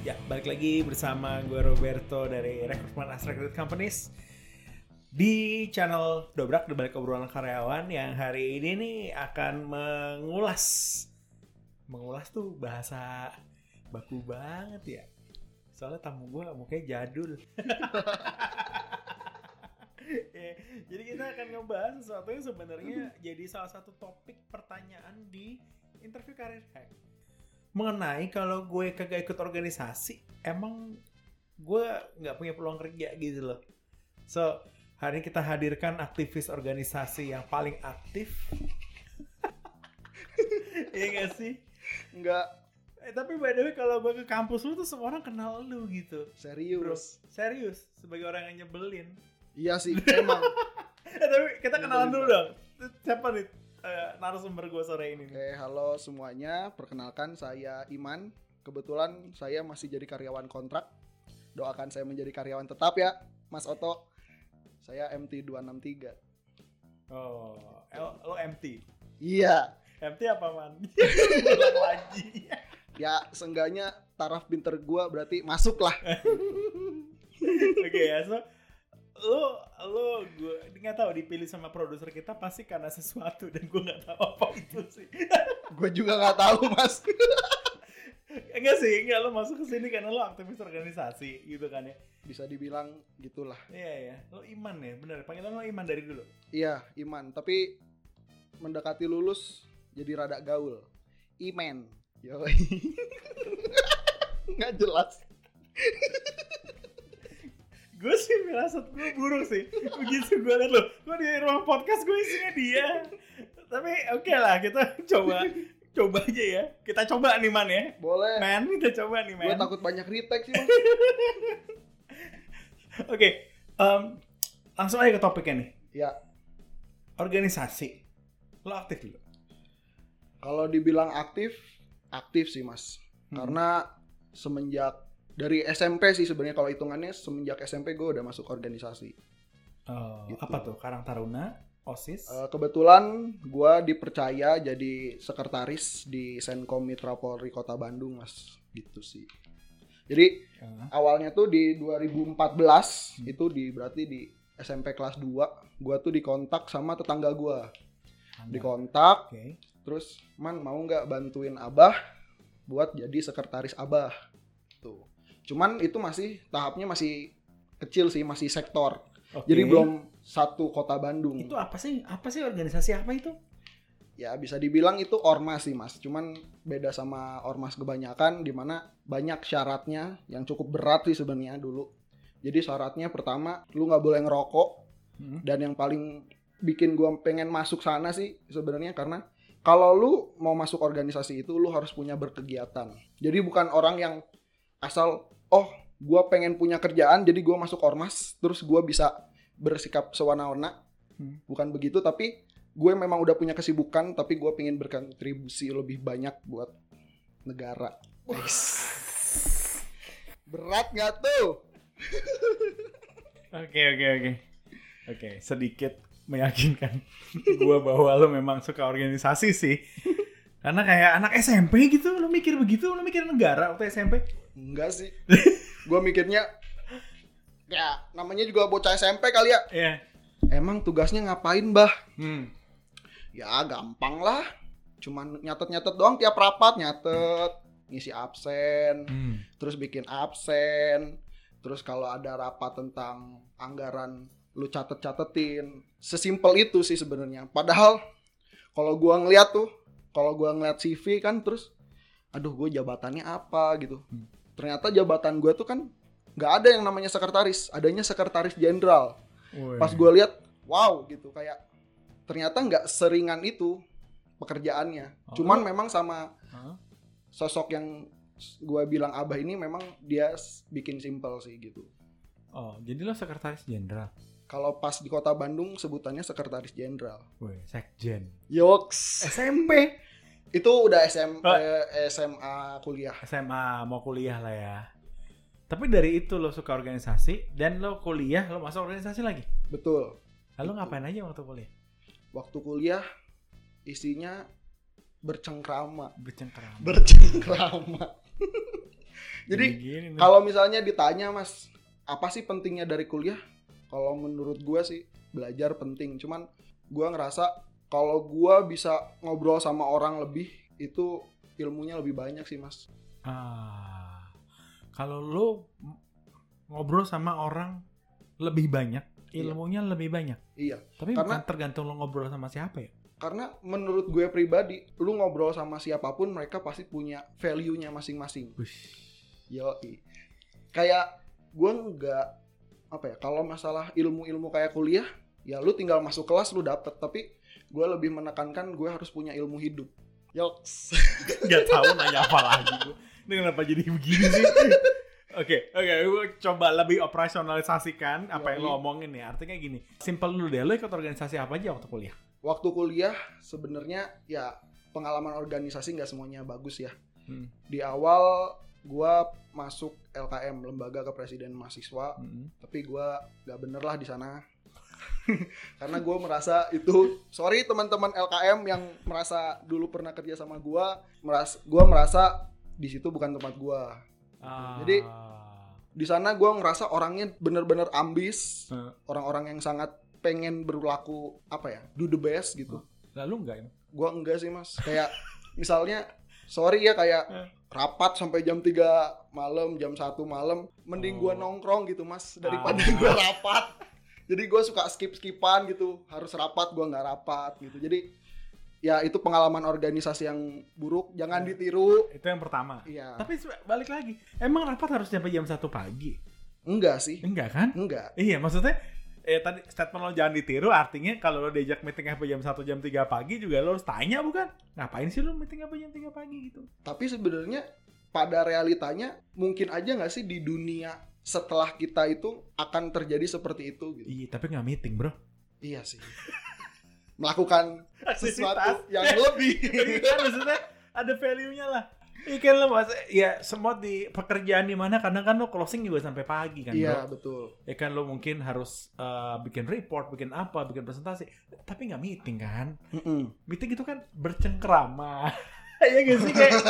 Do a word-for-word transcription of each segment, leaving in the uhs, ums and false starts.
Ya, balik lagi bersama gue Roberto dari Recruitment as Recruit Companies di channel Dobrak di balik obrolan karyawan yang hari ini nih akan mengulas mengulas tuh bahasa baku banget ya. Soalnya tamu gue mukanya jadul. Ya, jadi kita akan ngebahas sesuatu yang sebenarnya jadi salah satu topik pertanyaan di interview karir hack. Mengenai kalau gue kagak ikut organisasi, emang gue nggak punya peluang kerja gitu loh. So, hari ini kita hadirkan aktivis organisasi yang paling aktif. Iya gak sih? Enggak. Eh, tapi by the way kalau gue ke kampus lu tuh semua orang kenal lu gitu. Serius. Bro, serius. Sebagai orang yang nyebelin. Iya sih, emang. Eh, tapi kita kenalan dulu dong. Siapa nih? Uh, narasumber gue sore ini. Oke, halo semuanya. Perkenalkan saya Iman. Kebetulan saya masih jadi karyawan kontrak. Doakan saya menjadi karyawan tetap ya, Mas Oto. Saya M T dua enam tiga. Oh, L- lo M T? Iya. M T apa man? Bilang lagi. Ya, seenggaknya taraf pinter gua berarti masuk lah. Oke okay, ya, so lo lo gue nggak tahu dipilih sama produser kita pasti karena sesuatu dan gue nggak tahu apa itu sih. Gue juga nggak tahu mas. Enggak sih, enggak, lo masuk ke sini karena lo aktivis organisasi gitu kan ya. Bisa dibilang gitulah. Iya ya, lo Iman ya, benar. Panggilan lo Iman dari dulu. Iya, Iman. Tapi mendekati lulus jadi rada gaul. Iman. Yoi. Nggak jelas. Gue sih merasa gue buruk sih. Begitu gue liat lo, gue di ruang podcast gue isinya dia. Tapi oke okay lah, kita coba coba aja ya. Kita coba nih man ya. Boleh. Man, kita coba nih man. Gue takut banyak retake sih mas. Oke, okay, um, langsung aja ke topiknya nih. Ya. Organisasi, lo aktif dulu? Kalau dibilang aktif, aktif sih mas. Hmm. Karena semenjak dari S M P sih sebenarnya kalau hitungannya semenjak S M P gue udah masuk organisasi. Oh, gitu. Apa tuh? Karang Taruna, OSIS? Uh, kebetulan gue dipercaya jadi sekretaris di Senkom Mitra Polri Kota Bandung mas. Gitu sih. Jadi uh. awalnya tuh di dua ribu empat belas hmm. itu di berarti di S M P kelas dua gue tuh dikontak sama tetangga gue. Dikontak, okay. Terus man mau nggak bantuin abah buat jadi sekretaris abah tuh. Cuman itu masih tahapnya masih kecil sih, masih sektor. Okay. Jadi belum satu kota Bandung. Itu apa sih? Apa sih organisasi apa itu? Ya bisa dibilang itu ormas sih mas. Cuman beda sama ormas kebanyakan di mana banyak syaratnya yang cukup berat sih sebenarnya dulu. Jadi syaratnya pertama lu nggak boleh ngerokok. Hmm. Dan yang paling bikin gua pengen masuk sana sih sebenarnya karena kalau lu mau masuk organisasi itu lu harus punya berkegiatan. Jadi bukan orang yang asal oh gue pengen punya kerjaan jadi gue masuk ormas terus gue bisa bersikap sewana-wana. hmm. Bukan begitu, tapi gue memang udah punya kesibukan tapi gue pengen berkontribusi lebih banyak buat negara. Berat gak tuh? Oke oke oke oke sedikit meyakinkan gue bahwa lo memang suka organisasi sih. Karena kayak anak S M P gitu, lo mikir begitu, lo mikir negara waktu S M P? Enggak sih. Gue mikirnya ya namanya juga bocah S M P kali ya. Iya. Emang tugasnya ngapain, Bah? Hmm. Ya gampang lah. Cuman nyatet-nyatet doang tiap rapat, nyatet, ngisi absen, hmm. terus bikin absen. Terus kalau ada rapat tentang anggaran lu catet-catetin. Sesimpel itu sih sebenarnya. Padahal kalau gue ngeliat tuh, kalau gue ngeliat C V kan terus aduh gue jabatannya apa gitu. Hmm. Ternyata jabatan gue tuh kan gak ada yang namanya sekretaris. Adanya sekretaris jenderal. Pas gue lihat wow gitu. Kayak ternyata gak seringan itu pekerjaannya. Oh. Cuman memang sama huh? sosok yang gue bilang abah ini memang dia bikin simple sih gitu. Oh jadi lo sekretaris jenderal? Kalau pas di kota Bandung sebutannya sekretaris jenderal. Wih, sekjen. Yoks. S M P. Itu udah S M P, oh. S M A kuliah. S M A mau kuliah lah ya. Tapi dari itu lo suka organisasi dan lo kuliah lo masuk organisasi lagi. Betul. Lalu ngapain aja waktu kuliah? Waktu kuliah isinya bercengkrama. Bercengkrama. Bercengkrama. Jadi kalau misalnya ditanya Mas, apa sih pentingnya dari kuliah? Kalau menurut gue sih belajar penting. Cuman gue ngerasa kalau gue bisa ngobrol sama orang lebih, itu ilmunya lebih banyak sih Mas. Ah, kalau lu ngobrol sama orang lebih banyak, ilmunya iya. lebih banyak. Iya. Tapi karena bukan tergantung lu ngobrol sama siapa ya? Karena menurut gue pribadi, lu ngobrol sama siapapun, mereka pasti punya value-nya masing-masing. Yoi. Kayak gue nggak apa ya, kalau masalah ilmu-ilmu kayak kuliah, ya lu tinggal masuk kelas lu dapet. Tapi gue lebih menekankan gue harus punya ilmu hidup. Yoks. Gak tahu nanya apa lagi gue. Ini kenapa jadi begini sih? Oke, oke, gue coba lebih operasionalisasikan apa Yoi. Yang lo omongin ya. Artinya gini, simple dulu deh, lo ikut organisasi apa aja waktu kuliah? Waktu kuliah sebenarnya ya pengalaman organisasi nggak semuanya bagus ya. Hmm. Di awal gue masuk L K M, Lembaga Kepresiden Mahasiswa, hmm. tapi gue nggak bener lah di sana. Karena gue merasa itu, sorry teman-teman L K M yang merasa dulu pernah kerja sama gue, merasa gue merasa di situ bukan tempat gue. Ah. Jadi di sana gue ngerasa orangnya bener-bener ambis, hmm. orang-orang yang sangat pengen berlaku apa ya, do the best gitu. Lalu enggak ya? Gue enggak sih Mas. Kayak misalnya, sorry ya kayak rapat sampai jam tiga malam, jam satu malam, mending oh. gue nongkrong gitu Mas daripada ah. gue rapat. Jadi gue suka skip-skipan gitu, harus rapat gue nggak rapat gitu. Jadi ya itu pengalaman organisasi yang buruk, jangan ya. Ditiru. Itu yang pertama. Iya. Tapi balik lagi, emang rapat harus sampai jam satu pagi? Enggak sih. Enggak kan? Enggak. Iya maksudnya. Eh tadi statement lo jangan ditiru, artinya kalau lo diajak meeting sampai jam satu jam tiga pagi juga lo harus tanya bukan? Ngapain sih lo meeting sampai jam tiga pagi gitu? Tapi sebenarnya pada realitanya mungkin aja nggak sih di dunia setelah kita itu akan terjadi seperti itu gitu. Iya, tapi nggak meeting bro. Iya sih. Melakukan sesuatu yang lebih. Kan maksudnya ada value-nya lah. Ikan lo mas, ya semua di pekerjaan di mana kadang kan lo closing juga sampai pagi kan bro. Iya betul. Ya kan lo mungkin harus uh, bikin report, bikin apa, bikin presentasi, tapi nggak meeting kan? Mm-mm. Meeting itu kan bercengkrama, ya gak sih kayak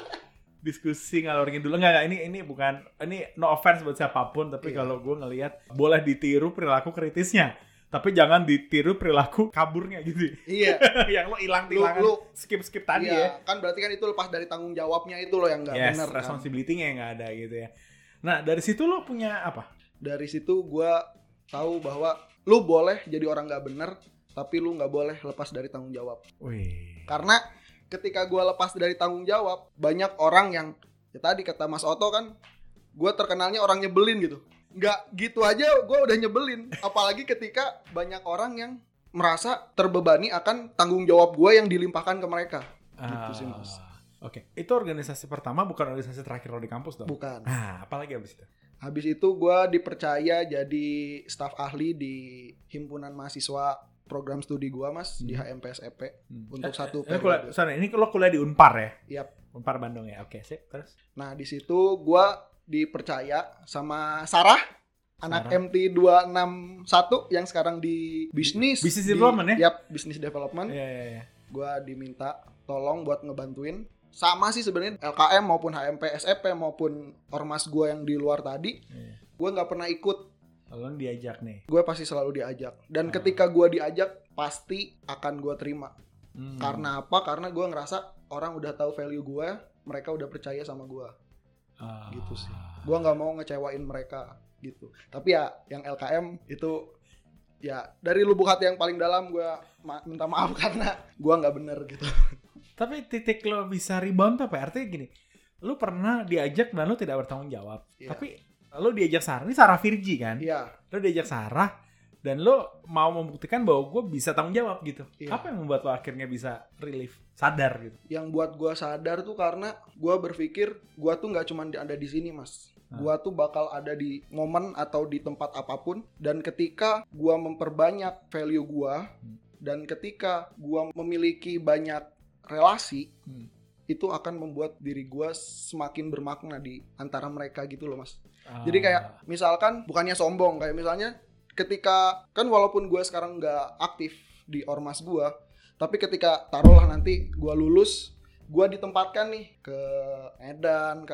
diskusi ngalor ngidul. Enggak, enggak, ini ini bukan, ini no offense buat siapapun, tapi iya. Kalau gue ngelihat boleh ditiru perilaku kritisnya. Tapi jangan ditiru perilaku kaburnya gitu. Iya. Yang lo hilang-hilangan skip-skip tadi iya, ya. Kan berarti kan itu lepas dari tanggung jawabnya itu lo yang nggak yes, benar. Yes, responsibility-nya yang nggak ada gitu ya. Nah dari situ lo punya apa? Dari situ gue tahu bahwa lo boleh jadi orang nggak benar, tapi lo nggak boleh lepas dari tanggung jawab. Wih. Karena ketika gue lepas dari tanggung jawab, banyak orang yang ya tadi kata Mas Otto kan, gue terkenalnya orang nyebelin gitu. Nggak gitu aja gue udah nyebelin. Apalagi ketika banyak orang yang merasa terbebani akan tanggung jawab gue yang dilimpahkan ke mereka. Uh, gitu sih Mas. Oke, okay. Itu organisasi pertama, bukan organisasi terakhir lo di kampus dong? Bukan. Nah, apalagi abis itu? Habis itu gue dipercaya jadi staf ahli di himpunan mahasiswa program studi gue Mas, hmm. di H M P S E P hmm. untuk eh, satu eh, periode. Kuliah, ini lo kuliah di Unpar ya? Yap. Unpar Bandung ya, oke sip, terus? Nah di situ gue dipercaya sama Sarah, anak Sarah. M T dua enam satu yang sekarang di bisnis. Bisnis development ya? Yap, bisnis development. Iya, iya, iya. Gue diminta tolong buat ngebantuin. Sama sih sebenarnya L K M maupun H M P S E P maupun ormas gue yang di luar tadi. Iya. Gue gak pernah ikut. Kalau diajak nih? Gue pasti selalu diajak. Dan ah. ketika gue diajak, pasti akan gue terima. Hmm. Karena apa? Karena gue ngerasa orang udah tahu value gue, mereka udah percaya sama gue. Uh, gitu sih. Gue nggak mau ngecewain mereka gitu. Tapi ya yang L K M itu ya dari lubuk hati yang paling dalam gue ma- minta maaf karena gue nggak bener gitu. Tapi titik lo bisa rebound apa? Artinya gini, lo pernah diajak dan lo tidak bertanggung jawab. Yeah. Tapi lo diajak Sarah, ini Sarah Virgi kan? Iya. Yeah. Lo diajak Sarah dan lo mau membuktikan bahwa gue bisa tanggung jawab gitu. Yeah. Apa yang membuat lo akhirnya bisa relief, sadar gitu? Yang buat gue sadar tuh karena gue berpikir gue tuh nggak cuma ada di sini Mas. Hmm. Gue tuh bakal ada di momen atau di tempat apapun. Dan ketika gue memperbanyak value gue hmm. dan ketika gue memiliki banyak relasi, hmm. itu akan membuat diri gue semakin bermakna di antara mereka gitu loh Mas. Ah. Jadi kayak misalkan bukannya sombong, kayak misalnya ketika kan walaupun gue sekarang nggak aktif di ormas gue, tapi ketika taruhlah nanti gue lulus, gue ditempatkan nih ke Medan kah, ke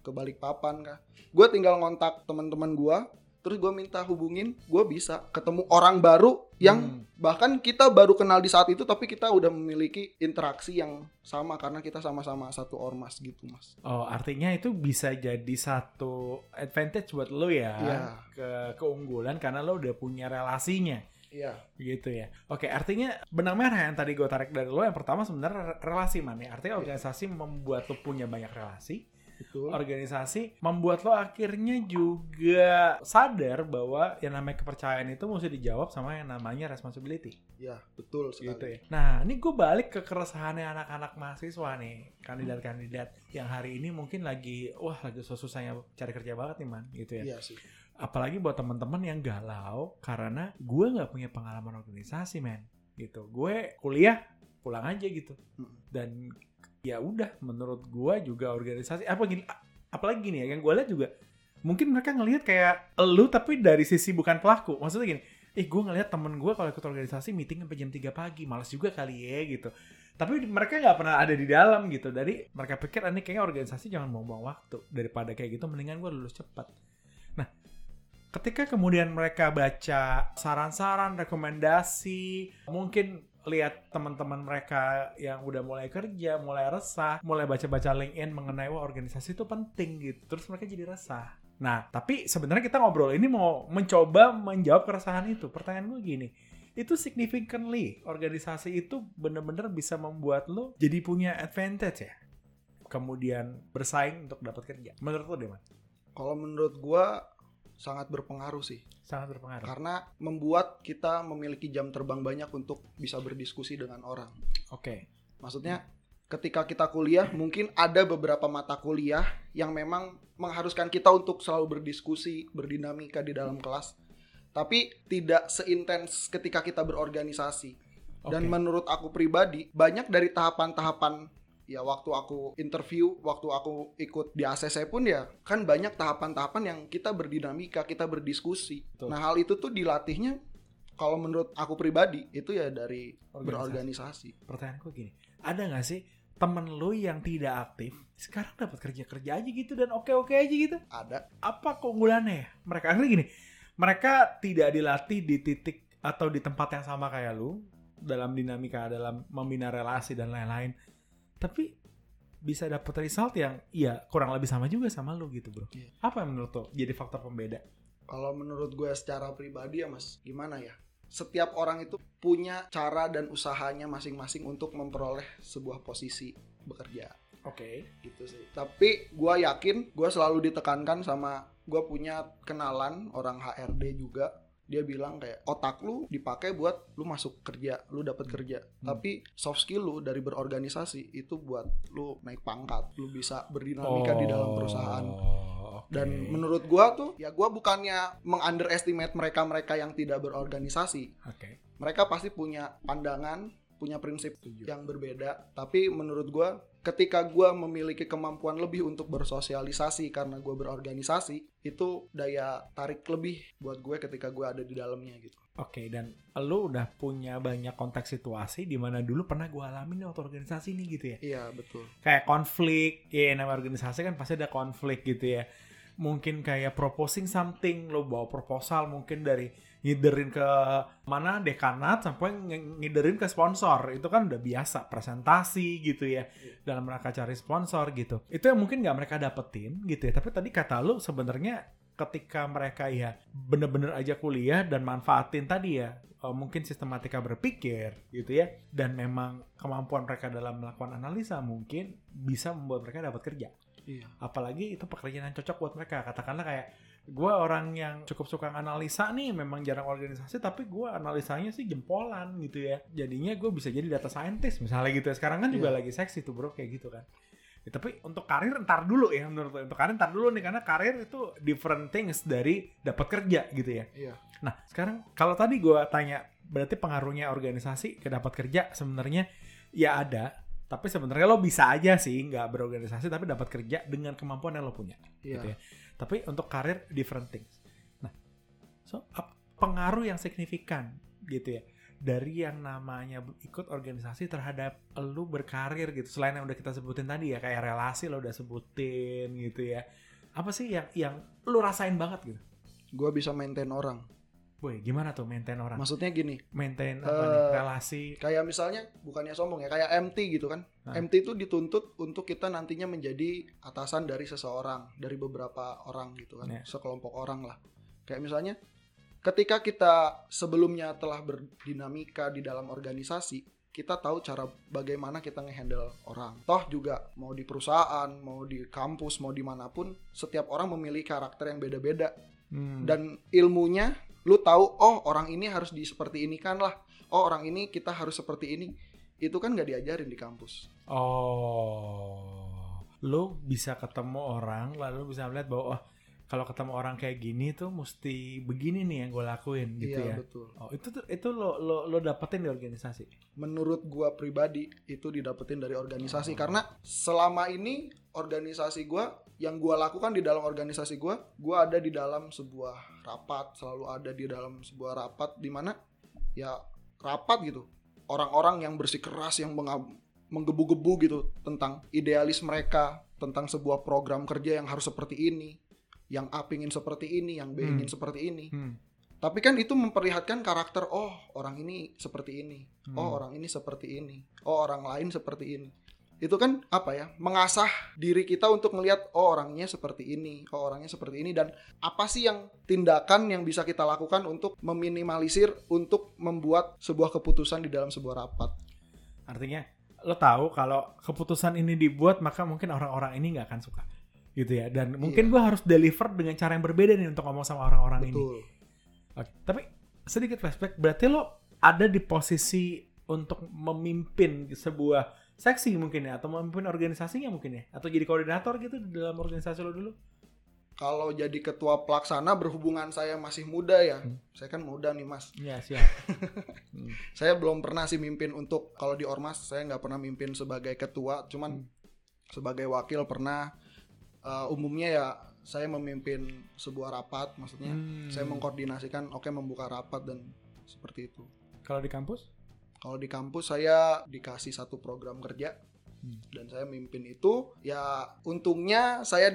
ke Balikpapan kah. Gue tinggal ngontak teman-teman gue, terus gue minta hubungin, gue bisa ketemu orang baru yang hmm. bahkan kita baru kenal di saat itu, tapi kita udah memiliki interaksi yang sama karena kita sama-sama satu ormas gitu, Mas. Oh, artinya itu bisa jadi satu advantage buat lo ya, yeah. ke keunggulan karena lo udah punya relasinya. Iya. Gitu ya. Oke, artinya benang merah yang tadi gue tarik dari lo yang pertama sebenarnya relasi, man. Artinya organisasi membuat lo punya banyak relasi. Betul. Organisasi membuat lo akhirnya juga sadar bahwa yang namanya kepercayaan itu mesti dijawab sama yang namanya responsibility. Ya, betul sekali. Gitu ya. Nah, ini gue balik ke keresahannya anak-anak mahasiswa nih, kandidat-kandidat yang hari ini mungkin lagi, wah lagi susah-susahnya cari kerja banget nih, man. Gitu ya. Iya sih. Apalagi buat teman-teman yang galau karena gue nggak punya pengalaman organisasi, man. Gitu. Gue kuliah pulang aja gitu. Dan ya udah, menurut gue juga organisasi apa gini, apalagi gini ya, yang gue lihat juga mungkin mereka ngelihat kayak elu tapi dari sisi bukan pelaku. Maksudnya gini, ih gue ngelihat temen gue kalau ikut organisasi meeting sampai jam tiga pagi, malas juga kali ya gitu. Tapi mereka nggak pernah ada di dalam gitu. Dari mereka pikir ini kayaknya organisasi jangan buang-buang waktu, daripada kayak gitu mendingan gue lulus cepat. Nah, ketika kemudian mereka baca saran-saran, rekomendasi, mungkin lihat teman-teman mereka yang udah mulai kerja, mulai resah, mulai baca-baca LinkedIn mengenai wah organisasi itu penting gitu. Terus mereka jadi resah. Nah, tapi sebenarnya kita ngobrol ini mau mencoba menjawab keresahan itu. Pertanyaan gue gini, itu significantly organisasi itu benar-benar bisa membuat lo jadi punya advantage ya? Kemudian bersaing untuk dapat kerja. Menurut lo deh, Man? Kalau menurut gue sangat berpengaruh sih. Sangat berpengaruh. Karena membuat kita memiliki jam terbang banyak untuk bisa berdiskusi dengan orang. Oke. Okay. Maksudnya ketika kita kuliah mungkin ada beberapa mata kuliah yang memang mengharuskan kita untuk selalu berdiskusi, berdinamika di dalam kelas. Tapi tidak seintens ketika kita berorganisasi. Okay. Dan menurut aku pribadi, banyak dari tahapan-tahapan ya waktu aku interview, waktu aku ikut di A C C pun ya kan banyak tahapan-tahapan yang kita berdinamika, kita berdiskusi. Betul. Nah hal itu tuh dilatihnya kalau menurut aku pribadi itu ya dari organisasi. berorganisasi. Pertanyaanku gini, ada gak sih temen lu yang tidak aktif sekarang dapat kerja-kerja aja gitu dan oke-oke aja gitu? Ada. Apa keunggulannya ya? Mereka akhirnya gini, mereka tidak dilatih di titik atau di tempat yang sama kayak lu dalam dinamika, dalam membina relasi dan lain-lain. Tapi bisa dapat result yang ya kurang lebih sama juga sama lu gitu, bro. Yeah. Apa yang menurut lo jadi faktor pembeda? Kalau menurut gue secara pribadi ya, Mas, gimana ya? Setiap orang itu punya cara dan usahanya masing-masing untuk memperoleh sebuah posisi bekerja. Oke. Okay. Gitu sih. Tapi gue yakin, gue selalu ditekankan sama gue punya kenalan orang H R D juga. Dia bilang kayak otak lu dipakai buat lu masuk kerja, lu dapat kerja. Hmm. Tapi soft skill lu dari berorganisasi itu buat lu naik pangkat, lu bisa berdinamika oh, di dalam perusahaan. Okay. Dan menurut gua tuh ya gua bukannya mengunderestimate mereka-mereka yang tidak berorganisasi. Okay. Mereka pasti punya pandangan, punya prinsip Tujuh. yang berbeda. Tapi menurut gua ketika gue memiliki kemampuan lebih untuk bersosialisasi karena gue berorganisasi, itu daya tarik lebih buat gue ketika gue ada di dalamnya gitu. Oke, okay, dan lo udah punya banyak konteks situasi di mana dulu pernah gue alamin waktu organisasi nih gitu ya? Iya, betul. Kayak konflik, ya namanya organisasi kan pasti ada konflik gitu ya. Mungkin kayak proposing something, lo bawa proposal mungkin dari ngiderin ke mana dekanat sampai ngiderin ke sponsor. Itu kan udah biasa presentasi gitu ya, dalam rangka cari sponsor gitu. Itu yang mungkin gak mereka dapetin gitu ya. Tapi tadi kata lu sebenarnya ketika mereka ya bener-bener aja kuliah dan manfaatin tadi ya mungkin sistematika berpikir gitu ya, dan memang kemampuan mereka dalam melakukan analisa mungkin bisa membuat mereka dapat kerja. Iya. Apalagi itu pekerjaan yang cocok buat mereka. Katakanlah kayak gue orang yang cukup suka analisa nih, memang jarang organisasi, tapi gue analisanya sih jempolan gitu ya. Jadinya gue bisa jadi data scientist misalnya gitu ya. Sekarang kan juga yeah. lagi seksi tuh bro kayak gitu kan. Ya, tapi untuk karir ntar dulu ya menurut gue. Untuk karir ntar dulu nih, karena karir itu different things dari dapat kerja gitu ya. Iya. Nah sekarang kalau tadi gue tanya berarti pengaruhnya organisasi ke dapat kerja, sebenarnya ya ada. Tapi sebenarnya lo bisa aja sih nggak berorganisasi tapi dapat kerja dengan kemampuan yang lo punya, yeah. gitu ya. Tapi untuk karir different things. Nah, so pengaruh yang signifikan gitu ya dari yang namanya ikut organisasi terhadap lu berkarir gitu, selain yang udah kita sebutin tadi ya, kayak relasi lo udah sebutin gitu ya, apa sih yang yang lu rasain banget gitu? Gue bisa maintain orang. Boy, gimana tuh maintain orang? Maksudnya gini, maintain apa uh, nih, relasi? Kayak misalnya, bukannya sombong ya, kayak M T gitu kan. Hah? M T itu dituntut untuk kita nantinya menjadi atasan dari seseorang, dari beberapa orang gitu kan, yeah. sekelompok orang lah. Kayak misalnya, ketika kita sebelumnya telah berdinamika di dalam organisasi, kita tahu cara bagaimana kita ngehandle orang. Toh juga mau di perusahaan, mau di kampus, mau dimanapun, setiap orang memiliki karakter yang beda-beda. Hmm. Dan ilmunya, lu tahu, oh orang ini harus di seperti ini kan lah, oh orang ini kita harus seperti ini, itu kan nggak diajarin di kampus. Oh, lu bisa ketemu orang lalu bisa melihat bahwa oh kalau ketemu orang kayak gini tuh mesti begini nih yang gue lakuin gitu. Iya, ya. Betul. Oh itu tuh itu lo lo lo dapetin di organisasi. Menurut gue pribadi itu didapetin dari organisasi, oh. Karena selama ini organisasi gue, yang gue lakukan di dalam organisasi gue, gue ada di dalam sebuah rapat, selalu ada di dalam sebuah rapat di mana ya rapat gitu, orang-orang yang bersikeras, yang menggebu-gebu gitu tentang idealis mereka, tentang sebuah program kerja yang harus seperti ini, yang A pingin seperti ini, yang B hmm. ingin seperti ini. Hmm. Tapi kan itu memperlihatkan karakter, oh orang ini seperti ini, hmm. oh orang ini seperti ini, oh orang lain seperti ini. Itu kan apa ya, mengasah diri kita untuk melihat oh orangnya seperti ini, oh orangnya seperti ini, dan apa sih yang tindakan yang bisa kita lakukan untuk meminimalisir, untuk membuat sebuah keputusan di dalam sebuah rapat. Artinya lo tahu kalau keputusan ini dibuat maka mungkin orang-orang ini nggak akan suka gitu ya, dan mungkin iya. gue harus deliver dengan cara yang berbeda nih untuk ngomong sama orang-orang ini. Oke, tapi sedikit flashback, berarti lo ada di posisi untuk memimpin sebuah seksi mungkin ya, atau memimpin organisasinya mungkin ya, atau jadi koordinator gitu di dalam organisasi lo dulu? Kalau jadi ketua pelaksana, berhubungan saya masih muda ya, hmm. saya kan muda nih mas. Iya siap. hmm. Saya belum pernah sih mimpin untuk, kalau di ormas saya nggak pernah mimpin sebagai ketua, cuman hmm. sebagai wakil pernah. Uh, umumnya ya saya memimpin sebuah rapat, maksudnya hmm. saya mengkoordinasikan, oke okay, membuka rapat dan seperti itu. Kalau di kampus? Kalau di kampus saya dikasih satu program kerja hmm. dan saya mimpin itu. Ya untungnya saya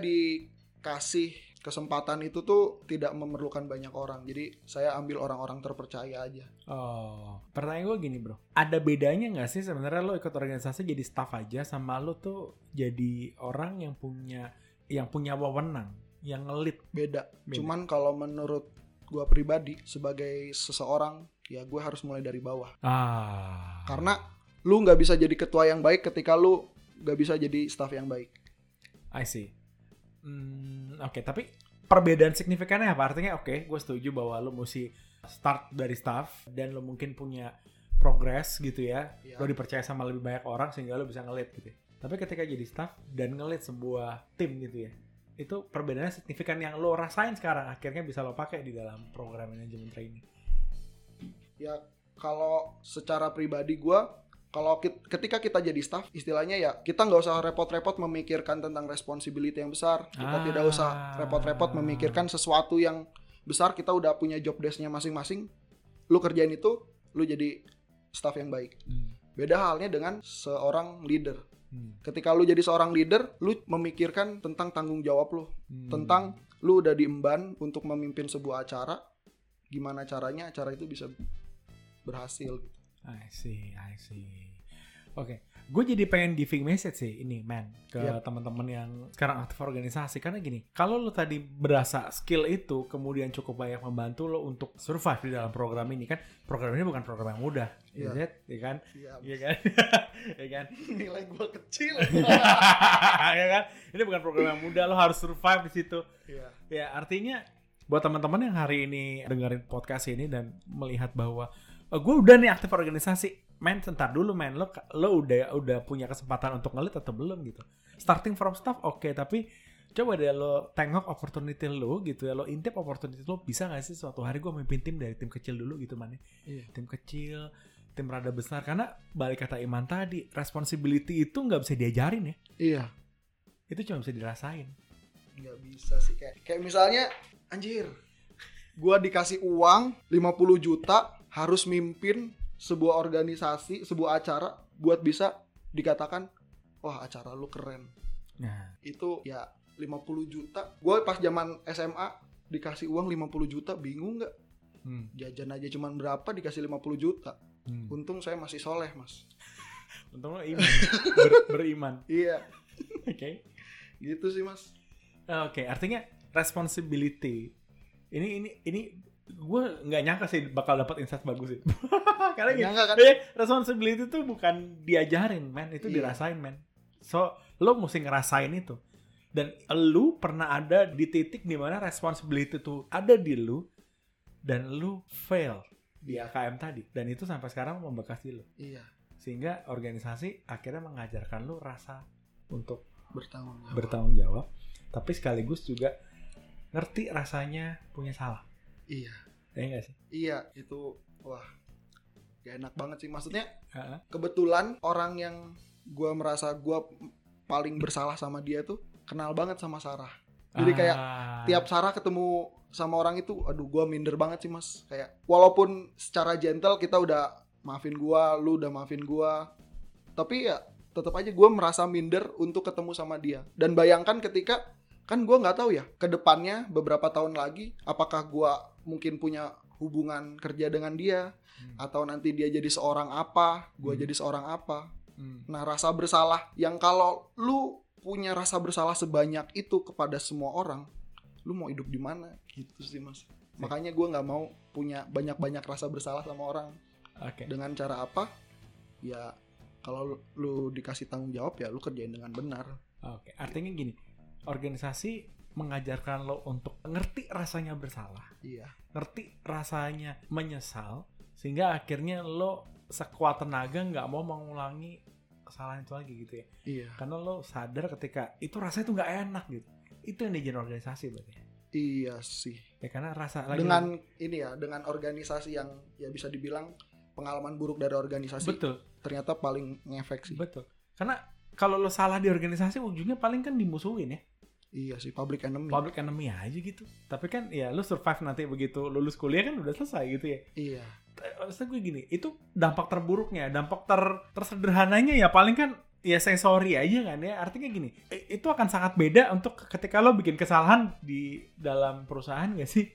dikasih kesempatan itu tuh tidak memerlukan banyak orang. Jadi saya ambil orang-orang terpercaya aja. Oh, pertanyaan gue gini bro, ada bedanya nggak sih sebenarnya lo ikut organisasi jadi staff aja sama lo tuh jadi orang yang punya yang punya wewenang, yang ngelit? Beda. Beda. Cuman kalau menurut gue pribadi sebagai seseorang, ya gue harus mulai dari bawah. Ah. Karena lu nggak bisa jadi ketua yang baik ketika lu nggak bisa jadi staff yang baik. I see. Hmm, oke, okay. Tapi perbedaan signifikannya apa? Artinya oke, okay, gue setuju bahwa lu mesti start dari staff dan lu mungkin punya progress gitu ya. ya. Lu dipercaya sama lebih banyak orang sehingga lu bisa ngelit gitu. Tapi ketika jadi staff dan ngelit sebuah tim gitu ya, itu perbedaannya signifikan yang lo rasain sekarang akhirnya bisa lo pakai di dalam program manajemen training. Ya kalau secara pribadi gue, kalau kita, ketika kita jadi staff, istilahnya ya kita nggak usah repot-repot memikirkan tentang responsibility yang besar. Kita ah. tidak usah repot-repot memikirkan sesuatu yang besar. Kita udah punya job desk-nya masing-masing. Lu kerjain itu, lu jadi staff yang baik. Hmm. Beda halnya dengan seorang leader. Hmm. Ketika lu jadi seorang leader, lu memikirkan tentang tanggung jawab lu, hmm. tentang lu udah diemban untuk memimpin sebuah acara, gimana caranya acara itu bisa berhasil. I see, I see. Oke, okay. Gue jadi pengen giving message sih ini, man, ke yep. teman-teman yang sekarang aktif organisasi. Karena gini, kalau lo tadi berasa skill itu kemudian cukup banyak membantu lo untuk survive di dalam program ini, kan program ini bukan program yang mudah, yeah. Is it? Ya kan? Iya yeah. kan? Ya kan? Nilai gue kecil. Ya kan? Ini bukan program yang mudah, lo harus survive di situ. Yeah. Ya artinya buat teman-teman yang hari ini dengerin podcast ini dan melihat bahwa oh, gue udah nih aktif organisasi, men, sebentar dulu men, lo lo udah udah punya kesempatan untuk ngelit atau belum gitu. Starting from staff oke, okay, tapi coba deh lo tengok opportunity lo gitu ya, lo intip opportunity lo, bisa nggak sih suatu hari gue memimpin tim dari tim kecil dulu gitu man, yeah. Tim kecil, tim rada besar, karena balik kata Iman tadi, responsibility itu nggak bisa diajarin ya. Iya. Itu cuma bisa dirasain. Nggak bisa sih, kayak kayak misalnya anjir, gue dikasih uang lima puluh juta harus mimpin sebuah organisasi, sebuah acara buat bisa dikatakan wah acara lu keren. Nah, itu ya lima puluh juta. Gue pas zaman S M A dikasih uang lima puluh juta, bingung nggak? Hmm. Jajan aja cuman berapa dikasih lima puluh juta. Hmm. Untung saya masih soleh, Mas. Untung lo iman. Ber- beriman. Iya. Oke. Okay. Gitu sih, Mas. Oke, okay, artinya responsibility. Ini ini ini gue nggak nyangka sih bakal dapat insight bagus sih. Karena gini, kan? Responsibility itu bukan diajarin, man, itu iya. dirasain, man. So, lo mesti ngerasain itu. Dan lo pernah ada di titik di mana responsibility itu ada di lo dan lo fail di A K M tadi. Dan itu sampai sekarang membekas di lo. Iya. Sehingga organisasi akhirnya mengajarkan lo rasa untuk bertanggung jawab. bertanggung jawab, tapi sekaligus juga ngerti rasanya punya salah. Iya. Ya enggak sih? Iya, itu wah gak enak banget sih. Maksudnya uh-huh. kebetulan orang yang gue merasa gue paling bersalah sama dia tuh kenal banget sama Sarah. Jadi kayak ah. tiap Sarah ketemu sama orang itu, aduh gue minder banget sih, Mas. Kayak walaupun secara gentle kita udah maafin gue, lu udah maafin gue, tapi ya tetap aja gue merasa minder untuk ketemu sama dia. Dan bayangkan ketika, kan gue nggak tahu ya kedepannya beberapa tahun lagi apakah gue mungkin punya hubungan kerja dengan dia, hmm. atau nanti dia jadi seorang apa, gue hmm. jadi seorang apa. Hmm. Nah, rasa bersalah yang kalau lu punya rasa bersalah sebanyak itu kepada semua orang, lu mau hidup di mana? Gitu sih, Mas. Makanya gue nggak mau punya banyak-banyak rasa bersalah sama orang. Okay. Dengan cara apa? Ya kalau lu, lu dikasih tanggung jawab ya lu kerjain dengan benar. Oke, okay. Artinya gini, organisasi mengajarkan lo untuk ngerti rasanya bersalah. Iya. Ngerti rasanya menyesal, sehingga akhirnya lo sekuat tenaga nggak mau mengulangi kesalahan itu lagi gitu ya. Iya. Karena lo sadar ketika itu rasanya tuh nggak enak gitu. Itu yang dijadiin organisasi berarti. Iya sih. Ya karena rasa dengan lagi, ini ya, dengan organisasi yang ya bisa dibilang pengalaman buruk dari organisasi. Betul. Ternyata paling ngefek sih. Betul. Karena kalau lo salah di organisasi ujungnya paling kan dimusuhin ya. Iya sih, public enemy. Public enemy aja gitu. Tapi kan ya lo survive nanti begitu lulus kuliah kan udah selesai gitu ya. Iya. Maksud gue gini, itu dampak terburuknya, dampak ter tersederhananya ya paling kan ya say sorry aja kan ya. Artinya gini, itu akan sangat beda untuk ketika lo bikin kesalahan di dalam perusahaan gak sih?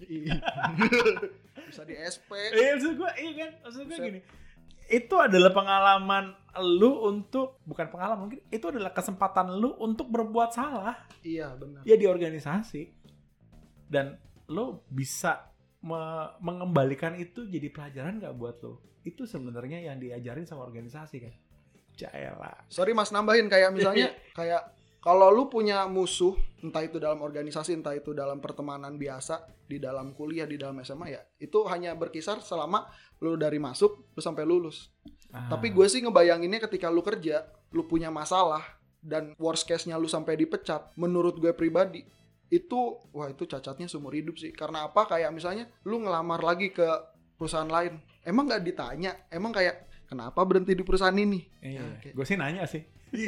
Bisa di S P. Iya, maksud gue, iya kan? Maksud gue gini, itu adalah pengalaman lu untuk, bukan pengalaman, mungkin itu adalah kesempatan lu untuk berbuat salah. Iya, benar. Ya di organisasi. Dan lu bisa me- mengembalikan itu jadi pelajaran gak buat lu? Itu sebenarnya yang diajarin sama organisasi kan. Jayalah. Sorry Mas, nambahin kayak misalnya kayak kalau lu punya musuh, entah itu dalam organisasi, entah itu dalam pertemanan biasa, di dalam kuliah, di dalam S M A ya, itu hanya berkisar selama lu dari masuk, lu sampai lulus. Ah. Tapi gue sih ngebayanginnya ketika lu kerja, lu punya masalah, dan worst case-nya lu sampai dipecat, menurut gue pribadi, itu, wah itu cacatnya seumur hidup sih. Karena apa? Kayak misalnya, lu ngelamar lagi ke perusahaan lain, emang gak ditanya, emang kayak, kenapa berhenti di perusahaan ini? Iya, ya, kayak, gue sih nanya sih.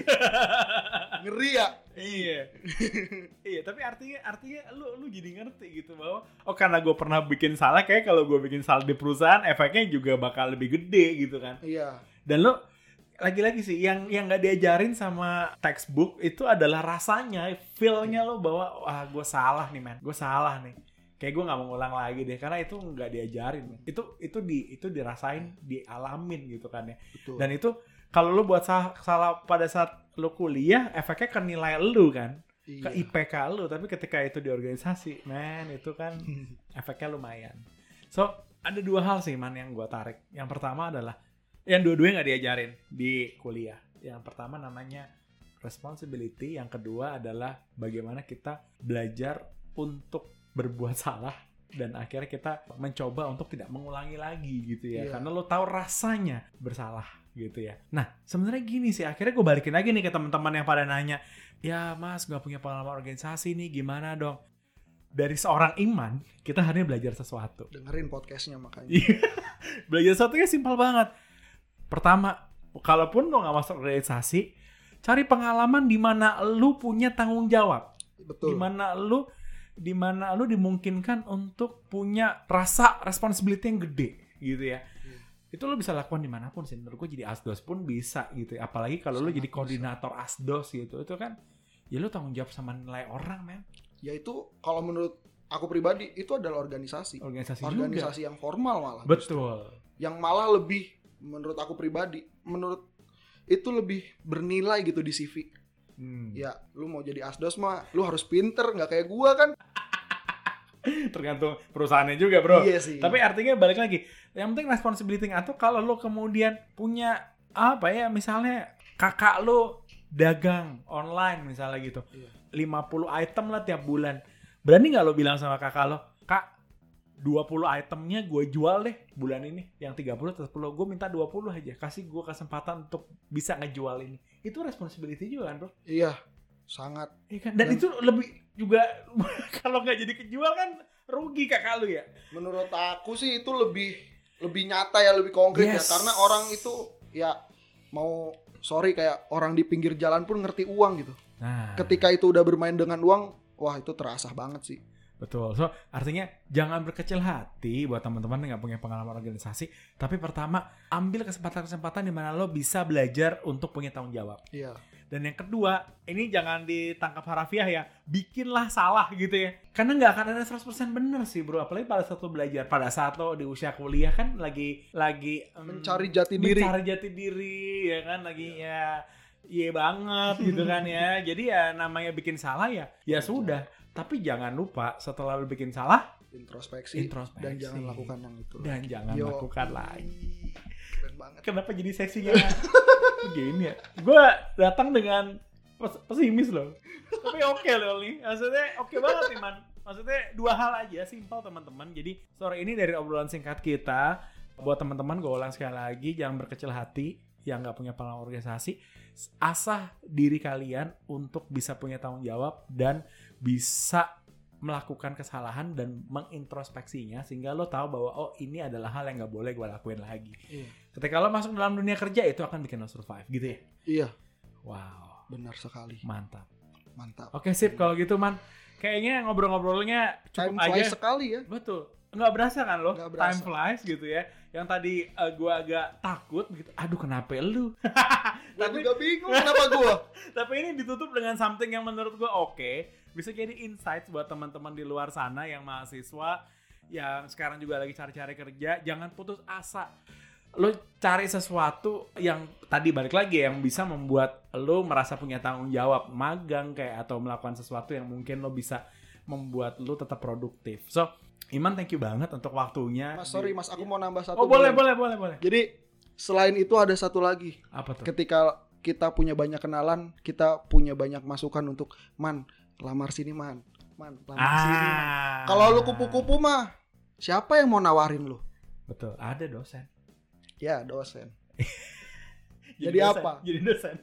Ngeri ya? Iya. Iya, tapi artinya artinya lu lu jadi ngerti gitu bahwa oh karena gue pernah bikin salah, kayak kalau gue bikin salah di perusahaan efeknya juga bakal lebih gede gitu kan. Iya. Dan lu lagi-lagi sih yang yang enggak diajarin sama textbook itu adalah rasanya, feel-nya lu bahwa wah gue salah nih man. Gue salah nih. Kayak gue enggak mau ngulang lagi deh karena itu enggak diajarin. Man. Itu itu di itu dirasain, dialamin gitu kan ya. Betul. Dan itu kalau lu buat salah, salah pada saat lu kuliah, efeknya ke nilai lu kan, iya. Ke I P K lu. Tapi ketika itu di organisasi, man, itu kan efeknya lumayan. So, ada dua hal sih, man, yang gue tarik. Yang pertama adalah, yang dua-duanya gak diajarin di kuliah. Yang pertama namanya responsibility. Yang kedua adalah bagaimana kita belajar untuk berbuat salah. Dan akhirnya kita mencoba untuk tidak mengulangi lagi gitu ya. Iya. Karena lo tahu rasanya bersalah gitu ya. Nah sebenarnya gini sih, akhirnya gue balikin lagi nih ke teman-teman yang pada nanya, ya mas gak punya pengalaman organisasi nih, gimana dong? Dari seorang Iman, kita hari ini belajar sesuatu. Dengerin podcastnya makanya. Belajar sesuatunya simpel banget. Pertama, kalaupun lo gak masuk organisasi, cari pengalaman di mana lo punya tanggung jawab. Betul. Di mana lo di mana lu dimungkinkan untuk punya rasa responsibility yang gede gitu ya. Hmm. Itu lo bisa lakukan dimanapun sih. Menurut gue jadi asdos pun bisa gitu. Apalagi kalau lo jadi koordinator bisa. Asdos gitu. Itu kan ya lo tanggung jawab sama nilai orang, men. Ya itu kalau menurut aku pribadi itu adalah organisasi. Organisasi, organisasi juga. yang formal malah. Betul. Justru. Yang malah lebih menurut aku pribadi, menurut itu lebih bernilai gitu di C V. Hmm. Ya, lu mau jadi asdos mah lu harus pinter, nggak kayak gua kan. Tergantung perusahaannya juga, bro. Iya sih. Tapi artinya balik lagi, yang penting responsibility atau kalau lo kemudian punya apa ya, misalnya kakak lo dagang online misalnya gitu, iya. lima puluh item lah tiap bulan, berani nggak lo bilang sama kakak lo, kak dua puluh itemnya gue jual deh bulan ini, yang tiga puluh tetap lo, gue minta dua puluh aja, kasih gue kesempatan untuk bisa ngejual ini. Itu responsibility juga kan, bro? Iya, sangat. Iya kan? Dan, Dan itu lebih juga kalau nggak jadi kejual kan rugi kakak lu ya. Menurut aku sih itu lebih lebih nyata ya, lebih konkret yes. ya, karena orang itu ya mau sorry kayak orang di pinggir jalan pun ngerti uang gitu. Nah. Ketika itu udah bermain dengan uang, wah itu terasa banget sih. Betul. So artinya jangan berkecil hati buat teman-teman yang nggak punya pengalaman organisasi. Tapi pertama ambil kesempatan-kesempatan di mana lo bisa belajar untuk punya tanggung jawab. Iya. Dan yang kedua, ini jangan ditangkap harafiah ya. Bikinlah salah gitu ya. Karena nggak akan ada seratus persen bener sih, bro. Apalagi pada saat lo belajar, pada saat lo di usia kuliah kan lagi lagi um, mencari jati diri. Mencari jati diri ya kan, lagi ya iya banget gitu kan ya. Jadi ya namanya bikin salah ya, ya sudah. Tapi jangan lupa setelah lu bikin salah, introspeksi, introspeksi. Dan jangan lakukan yang itu. Dan lagi. jangan Yo. lakukan lagi. Keren banget. Kenapa jadi seksinya begini ya? Gue datang dengan pes- pesimis loh. Tapi oke okay loh nih. Maksudnya oke okay banget nih, man. Maksudnya dua hal aja, simpel teman-teman. Jadi sore ini dari obrolan singkat kita, buat teman-teman gue ulang sekali lagi, jangan berkecil hati yang nggak punya pengalaman organisasi. Asah diri kalian untuk bisa punya tanggung jawab dan bisa melakukan kesalahan dan mengintrospeksinya sehingga lo tahu bahwa oh ini adalah hal yang nggak boleh gue lakuin lagi. Iya. Ketika lo masuk dalam dunia kerja itu akan bikin lo survive gitu ya. Iya. Wow. Benar sekali. Mantap. Mantap. Oke sip kalau gitu man. Kayaknya ngobrol-ngobrolnya cukup Time aja. flies sekali ya. Betul. Nggak berasa kan lo? Nggak berasa. Time flies gitu ya. Yang tadi uh, gue agak takut gitu. Aduh kenapa lu? Gue juga bingung kenapa gue. Tapi ini ditutup dengan something yang menurut gue oke. Okay. Bisa jadi insights buat teman-teman di luar sana yang mahasiswa. Yang sekarang juga lagi cari-cari kerja. Jangan putus asa. Lo cari sesuatu yang tadi balik lagi yang bisa membuat lo merasa punya tanggung jawab. Magang kayak atau melakukan sesuatu yang mungkin lo bisa membuat lo tetap produktif. So Iman, thank you banget untuk waktunya. Mas, sorry mas, aku mau nambah satu. Oh boleh, boleh, boleh, boleh. Jadi selain itu ada satu lagi. Apa tuh? Ketika kita punya banyak kenalan, kita punya banyak masukan untuk man, lamar sini man, man, lamar ah. sini. Man. Kalau lu kupu-kupu mah, siapa yang mau nawarin lu? Betul, ada dosen. Ya dosen. Jadi, jadi dosen. apa? Jadi dosen.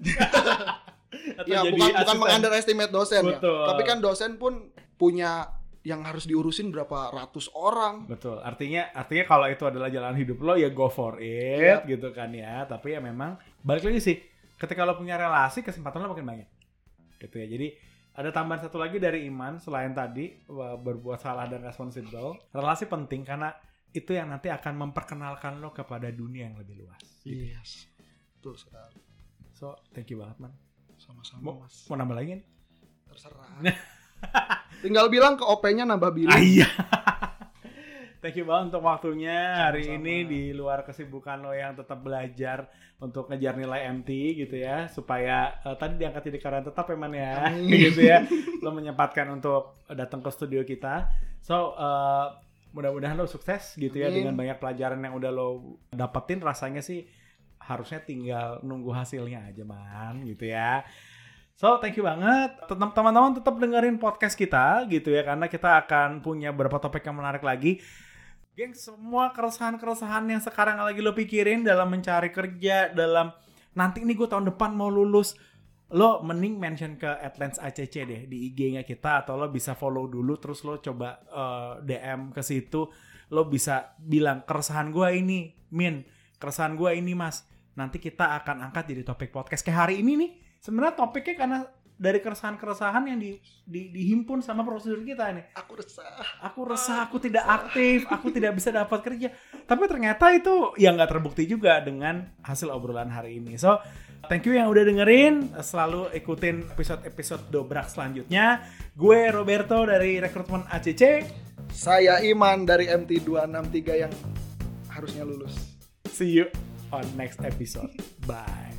Ya jadi bukan bukan mengunderestimate dosen. Betul. Ya. Tapi kan dosen pun punya yang harus diurusin berapa ratus orang. Betul. Artinya artinya kalau itu adalah jalan hidup lo ya go for it yeah. gitu kan ya. Tapi ya memang balik lagi sih. Ketika lo punya relasi kesempatan lo makin banyak. Gitu ya. Jadi ada tambahan satu lagi dari Iman selain tadi berbuat salah dan responsible. Relasi penting karena itu yang nanti akan memperkenalkan lo kepada dunia yang lebih luas. Gitu. Yes. Betul sekali. So, thank you banget, Man. Sama-sama, mau, Mas. Mau nambah lagi? Terserah. Tinggal bilang ke O P-nya nambah bilik. Ah, iya. Thank you banget untuk waktunya hari Sama-sama. Ini di luar kesibukan lo yang tetap belajar untuk ngejar nilai M T gitu ya, supaya uh, tadi diangkat jadi karyawan tetap ya Man ya, gitu ya. Lo menyempatkan untuk datang ke studio kita. So uh, mudah-mudahan lo sukses gitu ya. Amin. Dengan banyak pelajaran yang udah lo dapetin, rasanya sih harusnya tinggal nunggu hasilnya aja Man gitu ya. So, thank you banget. Tetap teman-teman tetap dengerin podcast kita gitu ya, karena kita akan punya beberapa topik yang menarik lagi. Geng, semua keresahan-keresahan yang sekarang lagi lo pikirin dalam mencari kerja, dalam nanti ini gue tahun depan mau lulus, lo mending mention ke Adlance A C C deh di I G-nya kita, atau lo bisa follow dulu terus lo coba uh, D M ke situ. Lo bisa bilang keresahan gue ini, Min, keresahan gue ini Mas. Nanti kita akan angkat jadi topik podcast kayak hari ini nih. Sebenarnya topiknya karena dari keresahan-keresahan yang di, di, dihimpun sama prosedur kita nih. Aku resah. Aku resah, aku tidak aktif, aku tidak bisa dapat kerja. Tapi ternyata itu ya nggak terbukti juga dengan hasil obrolan hari ini. So, thank you yang udah dengerin. Selalu ikutin episode-episode Dobrak selanjutnya. Gue Roberto dari Rekrutmen A C C. Saya Iman dari M T dua enam tiga yang harusnya lulus. See you on next episode. Bye.